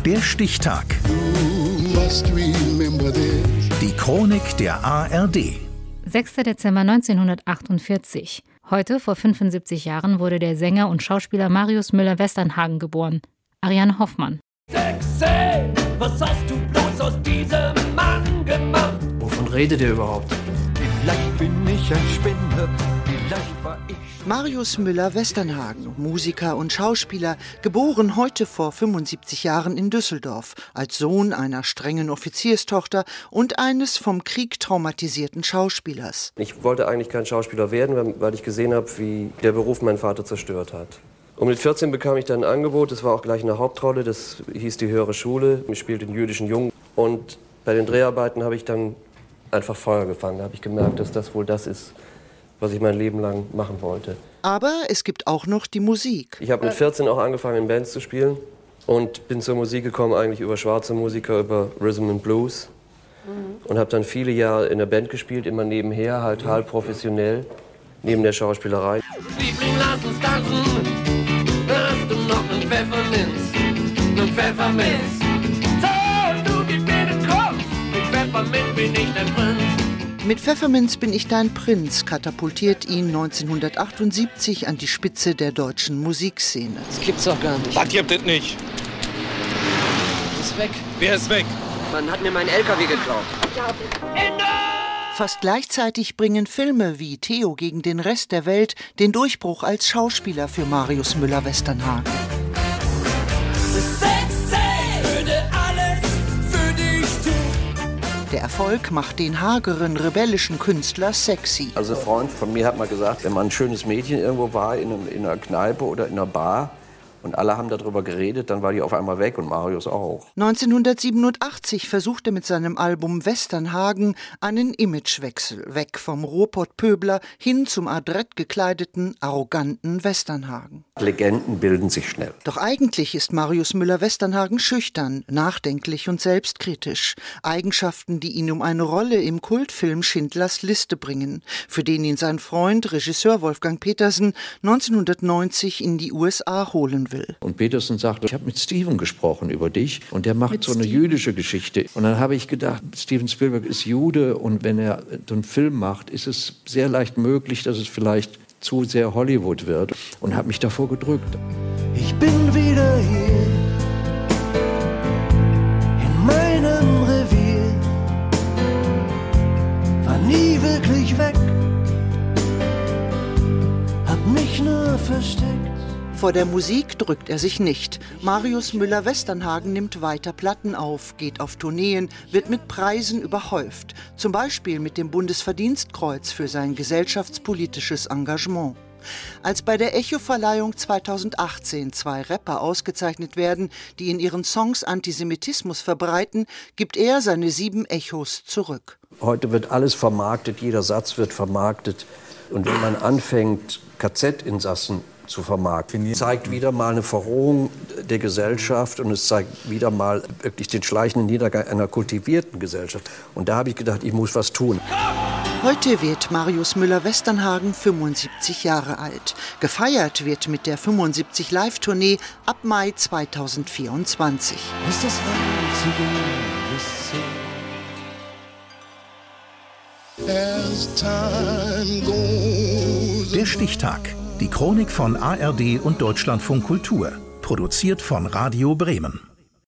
Der Stichtag. Die Chronik der ARD. 6. Dezember 1948. Heute, vor 75 Jahren, wurde der Sänger und Schauspieler Marius Müller-Westernhagen geboren. Ariane Hoffmann. Sexy, was hast du bloß aus diesem Mann gemacht? Wovon redet ihr überhaupt? Vielleicht bin ich ein Spinner, vielleicht war ich... Marius Müller-Westernhagen, Musiker und Schauspieler, geboren heute vor 75 Jahren in Düsseldorf, als Sohn einer strengen Offizierstochter und eines vom Krieg traumatisierten Schauspielers. Ich wollte eigentlich kein Schauspieler werden, weil ich gesehen habe, wie der Beruf meinen Vater zerstört hat. Und mit 14 bekam ich dann ein Angebot, das war auch gleich eine Hauptrolle, das hieß die Höhere Schule, ich spielte den jüdischen Jungen. Und bei den Dreharbeiten habe ich dann einfach Feuer gefangen, da habe ich gemerkt, dass das wohl das ist, was ich mein Leben lang machen wollte. Aber es gibt auch noch die Musik. Ich habe mit 14 auch angefangen, in Bands zu spielen und bin zur Musik gekommen eigentlich über schwarze Musiker, über Rhythm and Blues. Und habe dann viele Jahre in der Band gespielt, immer nebenher, halt halb professionell, neben der Schauspielerei. Liebling, lass uns tanzen. Hast du noch einen Pfefferminz? Einen Pfefferminz. So, du gib mir den Kopf. Mit Pfefferminz bin ich dein Prinz. Mit Pfefferminz bin ich dein Prinz katapultiert ihn 1978 an die Spitze der deutschen Musikszene. Das gibt's doch gar nicht. Was gibt es nicht? Ist weg. Wer ist weg? Man hat mir meinen LKW geklaut. Fast gleichzeitig bringen Filme wie Theo gegen den Rest der Welt den Durchbruch als Schauspieler für Marius Müller-Westernhagen. Der Erfolg macht den hageren, rebellischen Künstler sexy. Also ein Freund von mir hat mal gesagt, wenn man ein schönes Mädchen irgendwo war, in einer Kneipe oder in einer Bar, und alle haben darüber geredet, dann war die auf einmal weg und Marius auch. 1987 versucht er mit seinem Album Westernhagen einen Imagewechsel, weg vom Ruhrpott-Pöbler hin zum adrett gekleideten, arroganten Westernhagen. Legenden bilden sich schnell. Doch eigentlich ist Marius Müller-Westernhagen schüchtern, nachdenklich und selbstkritisch. Eigenschaften, die ihn um eine Rolle im Kultfilm Schindlers Liste bringen, für den ihn sein Freund, Regisseur Wolfgang Petersen, 1990 in die USA holen will. Und Petersen sagte, ich habe mit Steven gesprochen über dich und der macht so eine jüdische Geschichte. Und dann habe ich gedacht, Steven Spielberg ist Jude und wenn er so einen Film macht, ist es sehr leicht möglich, dass es vielleicht zu sehr Hollywood wird, und habe mich davor gedrückt. Ich bin wieder hier, in meinem Revier, war nie wirklich weg, hab mich nur versteckt. Vor der Musik drückt er sich nicht. Marius Müller-Westernhagen nimmt weiter Platten auf, geht auf Tourneen, wird mit Preisen überhäuft. Zum Beispiel mit dem Bundesverdienstkreuz für sein gesellschaftspolitisches Engagement. Als bei der Echo-Verleihung 2018 2 Rapper ausgezeichnet werden, die in ihren Songs Antisemitismus verbreiten, gibt er seine 7 Echos zurück. Heute wird alles vermarktet, jeder Satz wird vermarktet. Und wenn man anfängt, KZ-Insassen zu vermarkten, zeigt wieder mal eine Verrohung der Gesellschaft und es zeigt wieder mal wirklich den schleichenden Niedergang einer kultivierten Gesellschaft. Und da habe ich gedacht, ich muss was tun. Heute wird Marius Müller-Westernhagen 75 Jahre alt. Gefeiert wird mit der 75 Live-Tournee ab Mai 2024. Ist das Der Stichtag. Die Chronik von ARD und Deutschlandfunk Kultur. Produziert von Radio Bremen.